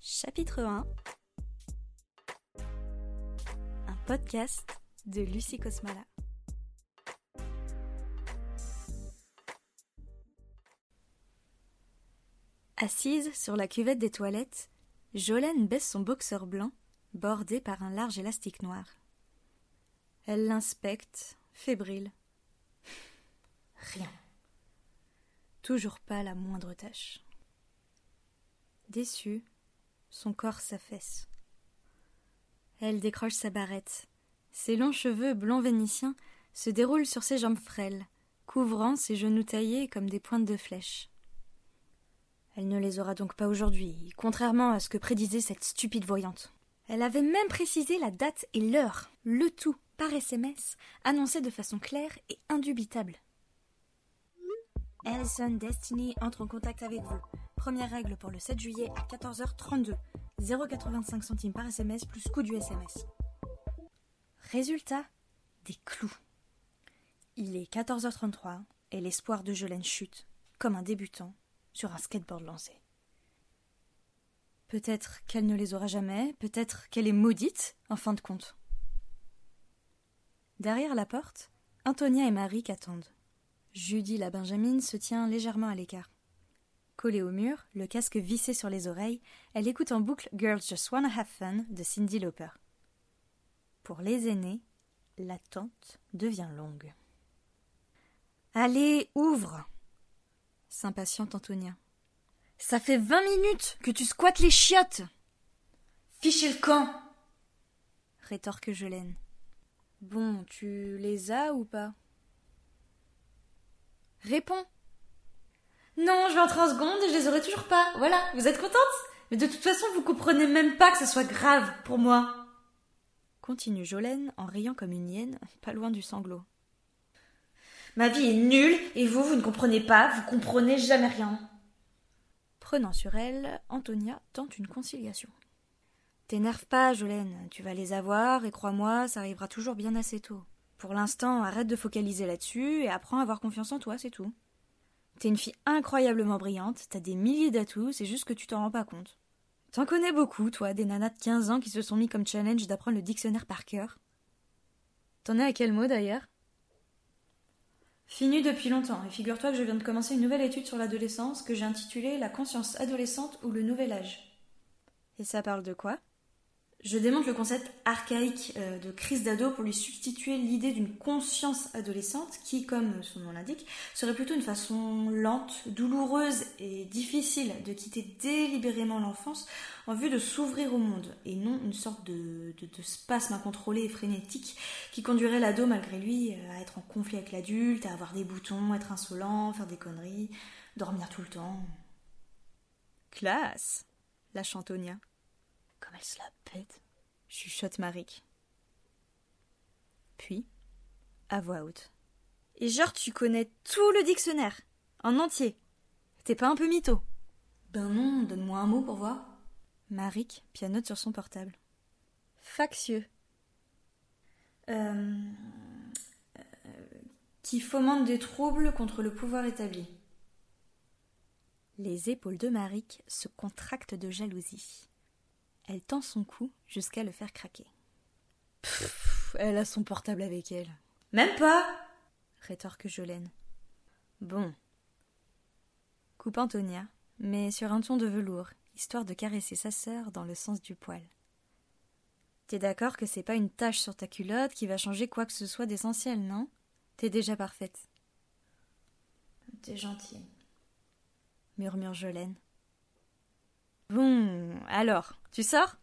Chapitre 1. Un podcast de Lucie Kosmala. Assise sur la cuvette des toilettes, Jolene baisse son boxeur blanc, bordé par un large élastique noir. Elle l'inspecte, fébrile. Rien. Toujours pas la moindre tache. Déçue, son corps s'affaisse. Elle décroche sa barrette. Ses longs cheveux blonds vénitiens se déroulent sur ses jambes frêles, couvrant ses genoux taillés comme des pointes de flèche. Elle ne les aura donc pas aujourd'hui, contrairement à ce que prédisait cette stupide voyante. Elle avait même précisé la date et l'heure, le tout par SMS, annoncé de façon claire et indubitable. Ellison Destiny entre en contact avec vous. Première règle pour le 7 juillet à 14h32. 0,85 centimes par SMS plus coût du SMS. Résultat, des clous. Il est 14h33 et l'espoir de Jolene chute, comme un débutant, sur un skateboard lancé. Peut-être qu'elle ne les aura jamais, peut-être qu'elle est maudite, en fin de compte. Derrière la porte, Antonia et Marie attendent. Judy la Benjamine se tient légèrement à l'écart. Collée au mur, le casque vissé sur les oreilles, elle écoute en boucle Girls Just Wanna Have Fun de Cyndi Lauper. Pour les aînés, l'attente devient longue. Allez, ouvre! S'impatiente Antonia. Ça fait 20 minutes que tu squattes les chiottes! Fichez le camp! Rétorque Jolene. Bon, tu les as ou pas? Réponds! Non, je vais entrer en seconde et je les aurai toujours pas. Voilà, vous êtes contente? Mais de toute façon, vous comprenez même pas que ça soit grave pour moi. Continue Jolene en riant comme une hyène, pas loin du sanglot. Ma vie est nulle et vous ne comprenez pas, vous comprenez jamais rien. Prenant sur elle, Antonia tente une conciliation. T'énerve pas, Jolene, tu vas les avoir et crois-moi, ça arrivera toujours bien assez tôt. Pour l'instant, arrête de focaliser là-dessus et apprends à avoir confiance en toi, c'est tout. T'es une fille incroyablement brillante, t'as des milliers d'atouts, c'est juste que tu t'en rends pas compte. T'en connais beaucoup, toi, des nanas de 15 ans qui se sont mis comme challenge d'apprendre le dictionnaire par cœur. T'en es à quel mot, d'ailleurs? Fini depuis longtemps, et figure-toi que je viens de commencer une nouvelle étude sur l'adolescence que j'ai intitulée « La conscience adolescente ou le nouvel âge ». Et ça parle de quoi? Je démonte le concept archaïque de crise d'ado pour lui substituer l'idée d'une conscience adolescente qui, comme son nom l'indique, serait plutôt une façon lente, douloureuse et difficile de quitter délibérément l'enfance en vue de s'ouvrir au monde, et non une sorte de spasme incontrôlé et frénétique qui conduirait l'ado malgré lui à être en conflit avec l'adulte, à avoir des boutons, être insolent, faire des conneries, dormir tout le temps. Classe, lâche Antonia. Comme elle se la pète, chuchote Marik. Puis, à voix haute. Et genre, tu connais tout le dictionnaire, en entier. T'es pas un peu mytho? Ben non, donne-moi un mot pour voir. Marik pianote sur son portable. Factieux. Qui fomente des troubles contre le pouvoir établi. Les épaules de Marik se contractent de jalousie. Elle tend son cou jusqu'à le faire craquer. Pfff, elle a son portable avec elle. Même pas, rétorque Jolene. Bon. Coupe Antonia, mais sur un ton de velours, histoire de caresser sa sœur dans le sens du poil. T'es d'accord que c'est pas une tache sur ta culotte qui va changer quoi que ce soit d'essentiel, non? T'es déjà parfaite. T'es gentille, murmure Jolene. Bon, alors, tu sors?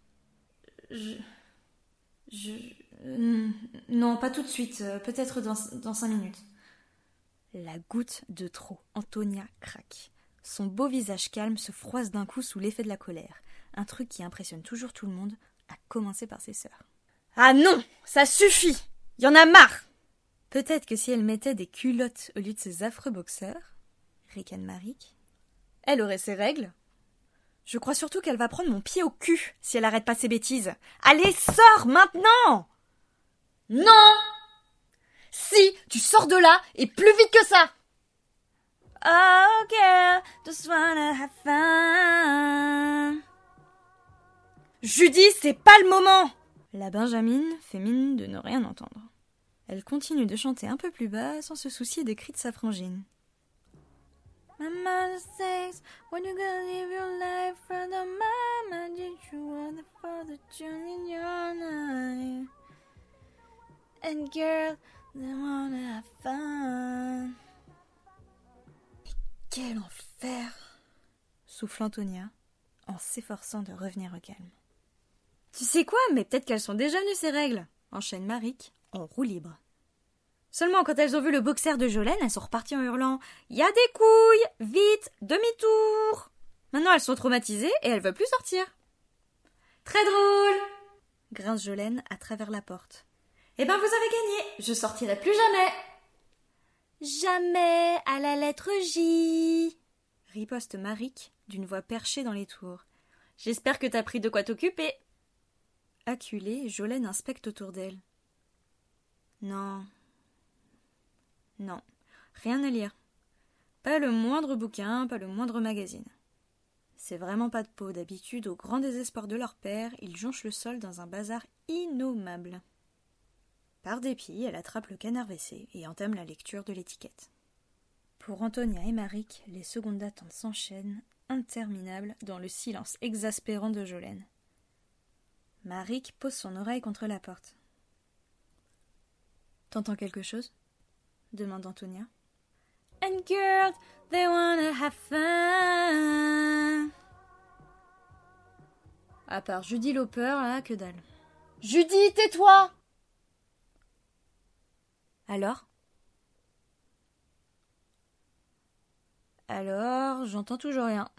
Non, pas tout de suite, peut-être dans 5 minutes. La goutte de trop, Antonia craque. Son beau visage calme se froisse d'un coup sous l'effet de la colère. Un truc qui impressionne toujours tout le monde, à commencer par ses sœurs. Ah non, ça suffit! Y en a marre! Peut-être que si elle mettait des culottes au lieu de ses affreux boxeurs, ricane Marik, elle aurait ses règles. Je crois surtout qu'elle va prendre mon pied au cul si elle arrête pas ses bêtises. Allez, sors maintenant! Non! Si, tu sors de là et plus vite que ça! Oh girl, just wanna have fun. Judy, c'est pas le moment! La Benjamine fait mine de ne rien entendre. Elle continue de chanter un peu plus bas sans se soucier des cris de sa frangine. My mother says, when you gonna live your life from the mama, did you want the father tune in your night? And girl, they wanna have fun. Mais quel enfer! Souffle Antonia, en s'efforçant de revenir au calme. Tu sais quoi, mais peut-être qu'elles sont déjà venues ces règles, enchaîne Maric en roue libre. Seulement quand elles ont vu le boxer de Jolène, elles sont reparties en hurlant « Y a des couilles! Vite! Demi-tour !» Maintenant elles sont traumatisées et elles veulent plus sortir. Très drôle! Grince Jolène à travers la porte. Eh ben vous avez gagné, je sortirai plus jamais! Jamais à la lettre J! Riposte Maric d'une voix perchée dans les tours. J'espère que t'as pris de quoi t'occuper. Acculée, Jolène inspecte autour d'elle. Non, rien à lire. Pas le moindre bouquin, pas le moindre magazine. C'est vraiment pas de peau. D'habitude, au grand désespoir de leur père, ils jonchent le sol dans un bazar innommable. Par dépit, elle attrape le canard WC et entame la lecture de l'étiquette. Pour Antonia et Maric, les secondes d'attente s'enchaînent, interminables, dans le silence exaspérant de Jolène. Maric pose son oreille contre la porte. « T'entends quelque chose ?» demande Antonia. « And girls, they wanna have fun. » À part Judy Lauper, là, que dalle. « Judy, tais-toi !» Alors, j'entends toujours rien.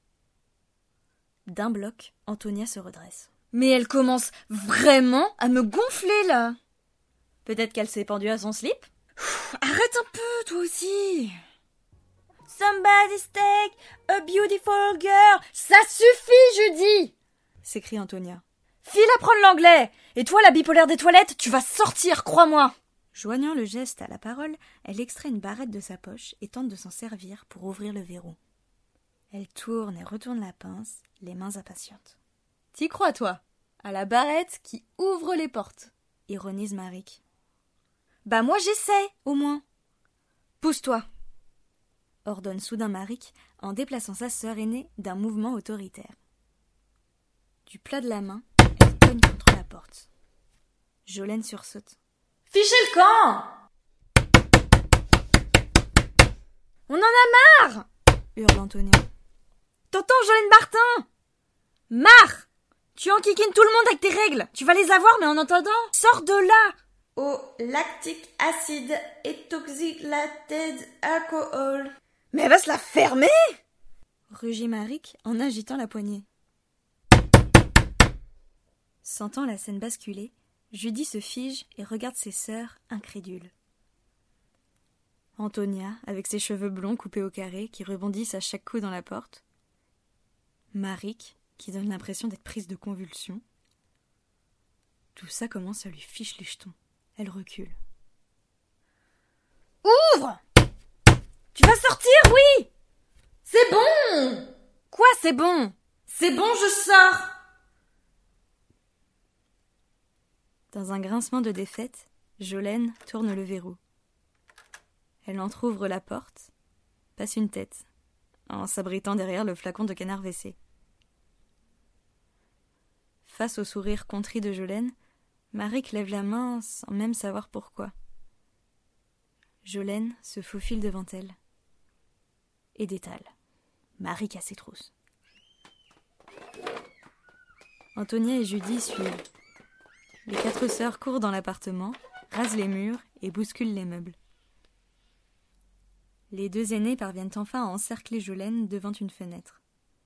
D'un bloc, Antonia se redresse. Mais elle commence vraiment à me gonfler, là. Peut-être qu'elle s'est pendue à son slip? Arrête un peu, toi aussi. Somebody's take a beautiful girl. Ça suffit, Judy! S'écrie Antonia. File apprendre l'anglais. Et toi, la bipolaire des toilettes, tu vas sortir, crois-moi. Joignant le geste à la parole, elle extrait une barrette de sa poche et tente de s'en servir pour ouvrir le verrou. Elle tourne et retourne la pince, les mains impatientes. « T'y crois, toi? À la barrette qui ouvre les portes !» ironise Maric. « Bah moi j'essaie, au moins !»« Pousse-toi !» ordonne soudain Maric en déplaçant sa sœur aînée d'un mouvement autoritaire. Du plat de la main, elle cogne contre la porte. Jolène sursaute. « Fichez le camp !»« On en a marre !» hurle Antonia. « T'entends, Jolène Martin !»« Marre ! Tu enquiquines tout le monde avec tes règles. Tu vas les avoir, mais en entendant, sors de là !»« Au lactique acide et toxylated alcool. »« Mais elle va se la fermer !» rugit Maric en agitant la poignée. Sentant la scène basculer, Judy se fige et regarde ses sœurs incrédules. Antonia, avec ses cheveux blonds coupés au carré, qui rebondissent à chaque coup dans la porte. Maric, qui donne l'impression d'être prise de convulsions. Tout ça commence à lui fiche les jetons. Elle recule. « Ouvre ! Tu vas sortir, oui ! C'est bon !»« Quoi, c'est bon ?»« C'est bon, je sors !» Dans un grincement de défaite, Jolène tourne le verrou. Elle entr'ouvre la porte, passe une tête, en s'abritant derrière le flacon de canard WC. Face au sourire contrit de Jolène, Maric lève la main sans même savoir pourquoi. Jolène se faufile devant elle et détale. Maric à ses trousses. Antonia et Judy suivent. Les 4 sœurs courent dans l'appartement, rasent les murs et bousculent les meubles. Les 2 aînées parviennent enfin à encercler Jolène devant une fenêtre.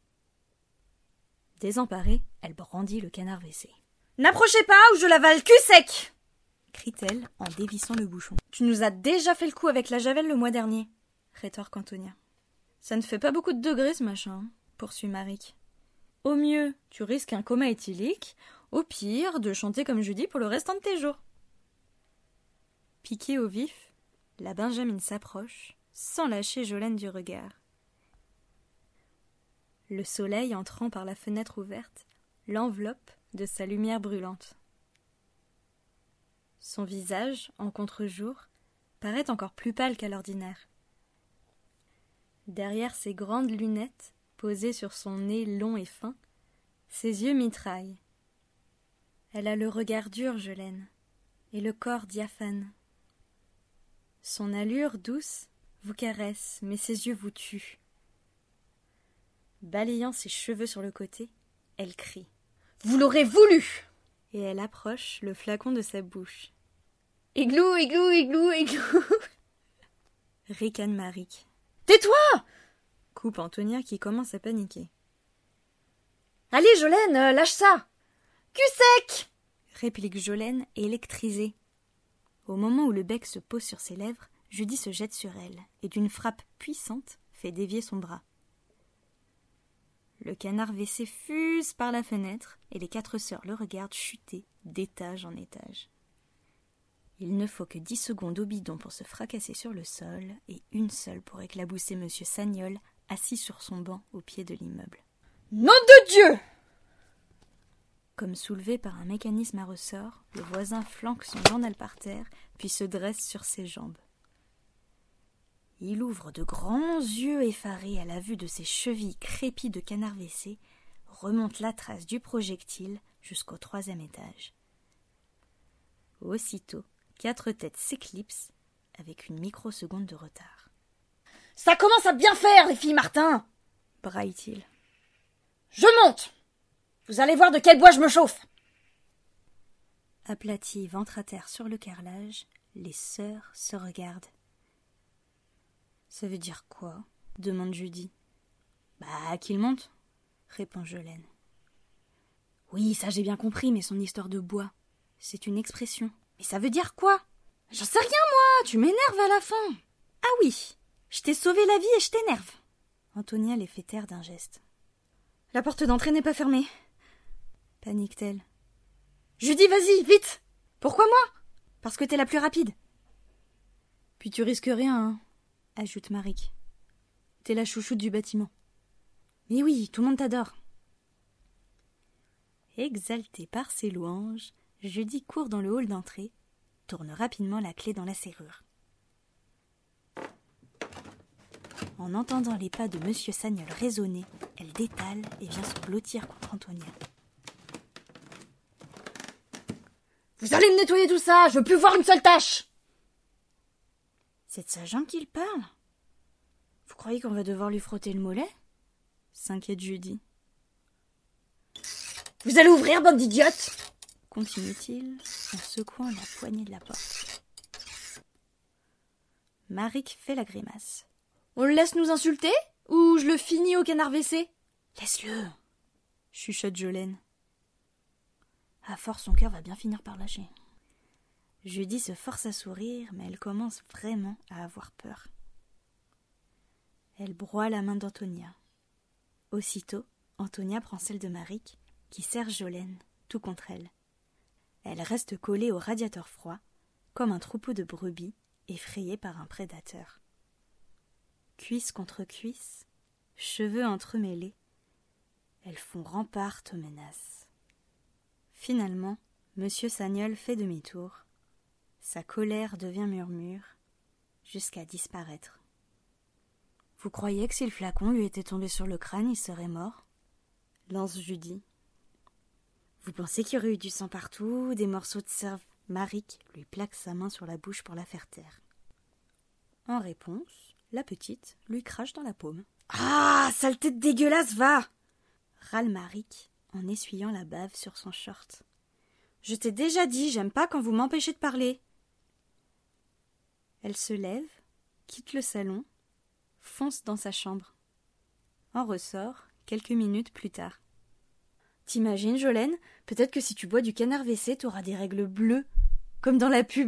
Désemparée, elle brandit le canard WC. « N'approchez pas ou je l'avale cul sec !» crie-t-elle en dévissant le bouchon. « Tu nous as déjà fait le coup avec la javel le mois dernier !» rétorque Antonia. « Ça ne fait pas beaucoup de degrés ce machin, » poursuit Maric. « Au mieux, tu risques un coma éthylique, au pire, de chanter comme Judy pour le restant de tes jours. » Piquée au vif, la Benjamine s'approche, sans lâcher Jolène du regard. Le soleil, entrant par la fenêtre ouverte, l'enveloppe de sa lumière brûlante. Son visage, en contre-jour, paraît encore plus pâle qu'à l'ordinaire. Derrière ses grandes lunettes, posées sur son nez long et fin, ses yeux mitraillent. Elle a le regard dur, Jolene, et le corps diaphane. Son allure douce vous caresse, mais ses yeux vous tuent. Balayant ses cheveux sur le côté, elle crie. « Vous l'aurez voulu !» Et elle approche le flacon de sa bouche. « Igloo, igloo, igloo, igloo !» ricane Maric. « Tais-toi !» coupe Antonia qui commence à paniquer. « Allez, Jolene, lâche ça !»« Cul sec !» réplique Jolene, électrisée. Au moment où le bec se pose sur ses lèvres, Judy se jette sur elle et d'une frappe puissante fait dévier son bras. Le canard WC fuse par la fenêtre et les 4 sœurs le regardent chuter d'étage en étage. Il ne faut que 10 secondes au bidon pour se fracasser sur le sol et une seule pour éclabousser Monsieur Sagnol assis sur son banc au pied de l'immeuble. « Nom de Dieu !» Comme soulevé par un mécanisme à ressort, le voisin flanque son journal par terre, puis se dresse sur ses jambes. Il ouvre de grands yeux effarés à la vue de ses chevilles crépies de canard WC, remonte la trace du projectile jusqu'au 3e étage. Aussitôt, 4 têtes s'éclipsent avec une microseconde de retard. « Ça commence à bien faire, les filles Martin !» braille-t-il. « Je monte ! Vous allez voir de quel bois je me chauffe !» Aplaties ventre à terre sur le carrelage, les sœurs se regardent. « Ça veut dire quoi ?» demande Judy. « Bah, qu'il monte !» répond Jolene. « Oui, ça j'ai bien compris, mais son histoire de bois, c'est une expression. Mais ça veut dire quoi ? J'en sais rien, moi, tu m'énerves à la fin. Ah oui, je t'ai sauvé la vie et je t'énerve. » Antonia les fait taire d'un geste. « La porte d'entrée n'est pas fermée. » panique-t-elle. « Judy, vas-y, vite ! Pourquoi moi ? Parce que t'es la plus rapide. » « Puis tu risques rien, hein, ajoute Maric. « T'es la chouchoute du bâtiment. »« Mais oui, tout le monde t'adore. » Exaltée par ses louanges, Judy court dans le hall d'entrée, tourne rapidement la clé dans la serrure. En entendant les pas de Monsieur Sagnol résonner, elle détale et vient se blottir contre Antonia. « Vous allez me nettoyer tout ça, je veux plus voir une seule tache !» C'est de sa jambe qu'il parle ? Vous croyez qu'on va devoir lui frotter le mollet ? S'inquiète Judy. « Vous allez ouvrir, bande d'idiotes !» continue-t-il en secouant la poignée de la porte. Maric fait la grimace. « On le laisse nous insulter ? Ou je le finis au canard WC ? » « Laisse-le !» chuchote Jolene. À force, son cœur va bien finir par lâcher. Judy se force à sourire, mais elle commence vraiment à avoir peur. Elle broie la main d'Antonia. Aussitôt, Antonia prend celle de Maric, qui serre Jolene, tout contre elle. Elle reste collée au radiateur froid, comme un troupeau de brebis effrayé par un prédateur. Cuisse contre cuisse, cheveux entremêlés, elles font rempart aux menaces. Finalement, Monsieur Sagnol fait demi-tour. Sa colère devient murmure, jusqu'à disparaître. « Vous croyez que si le flacon lui était tombé sur le crâne, il serait mort ?» lance Judy. « Vous pensez qu'il y aurait eu du sang partout, des morceaux de cerve ?» Maric lui plaque sa main sur la bouche pour la faire taire. En réponse, la petite lui crache dans la paume. « Ah, saleté de dégueulasse, va !» râle Maric en essuyant la bave sur son short. « Je t'ai déjà dit, j'aime pas quand vous m'empêchez de parler. » Elle se lève, quitte le salon, fonce dans sa chambre. En ressort quelques minutes plus tard. « T'imagines, Jolene, peut-être que si tu bois du canard WC, t'auras des règles bleues, comme dans la pub. »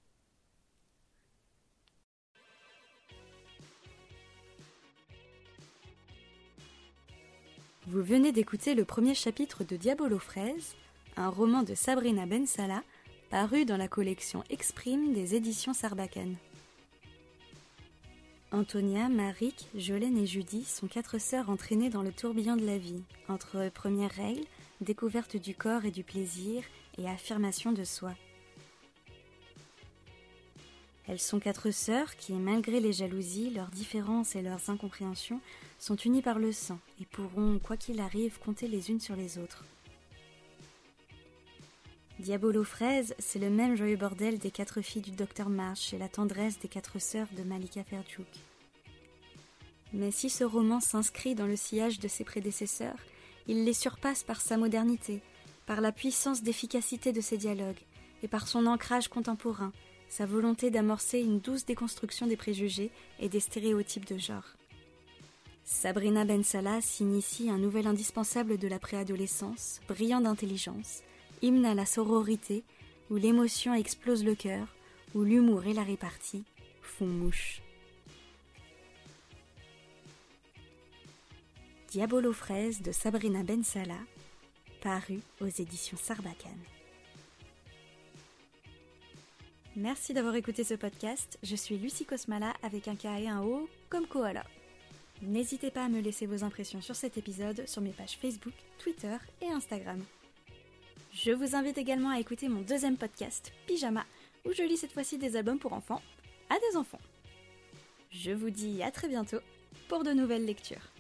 Vous venez d'écouter le premier chapitre de Diable aux fraises, un roman de Sabrina Ben Salah, paru dans la collection Exprime des éditions Sarbacane. Antonia, Maric, Jolene et Judy sont 4 sœurs entraînées dans le tourbillon de la vie, entre premières règles, découverte du corps et du plaisir et affirmation de soi. Elles sont 4 sœurs qui, malgré les jalousies, leurs différences et leurs incompréhensions, sont unies par le sang et pourront, quoi qu'il arrive, compter les unes sur les autres. Diabolo Fraise, c'est le même joyeux bordel des 4 filles du Dr March et la tendresse des 4 sœurs de Malika Ferjouk. Mais si ce roman s'inscrit dans le sillage de ses prédécesseurs, il les surpasse par sa modernité, par la puissance d'efficacité de ses dialogues et par son ancrage contemporain, sa volonté d'amorcer une douce déconstruction des préjugés et des stéréotypes de genre. Sabrina Ben Salah signe ici un nouvel indispensable de la préadolescence, brillant d'intelligence, hymne à la sororité, où l'émotion explose le cœur, où l'humour et la répartie font mouche. Diabolo Fraise de Sabrina Ben Salah, paru aux éditions Sarbacane. Merci d'avoir écouté ce podcast, je suis Lucie Kosmala avec un K et un O comme koala. N'hésitez pas à me laisser vos impressions sur cet épisode sur mes pages Facebook, Twitter et Instagram. Je vous invite également à écouter mon 2e podcast, Pyjama, où je lis cette fois-ci des albums pour enfants à des enfants. Je vous dis à très bientôt pour de nouvelles lectures.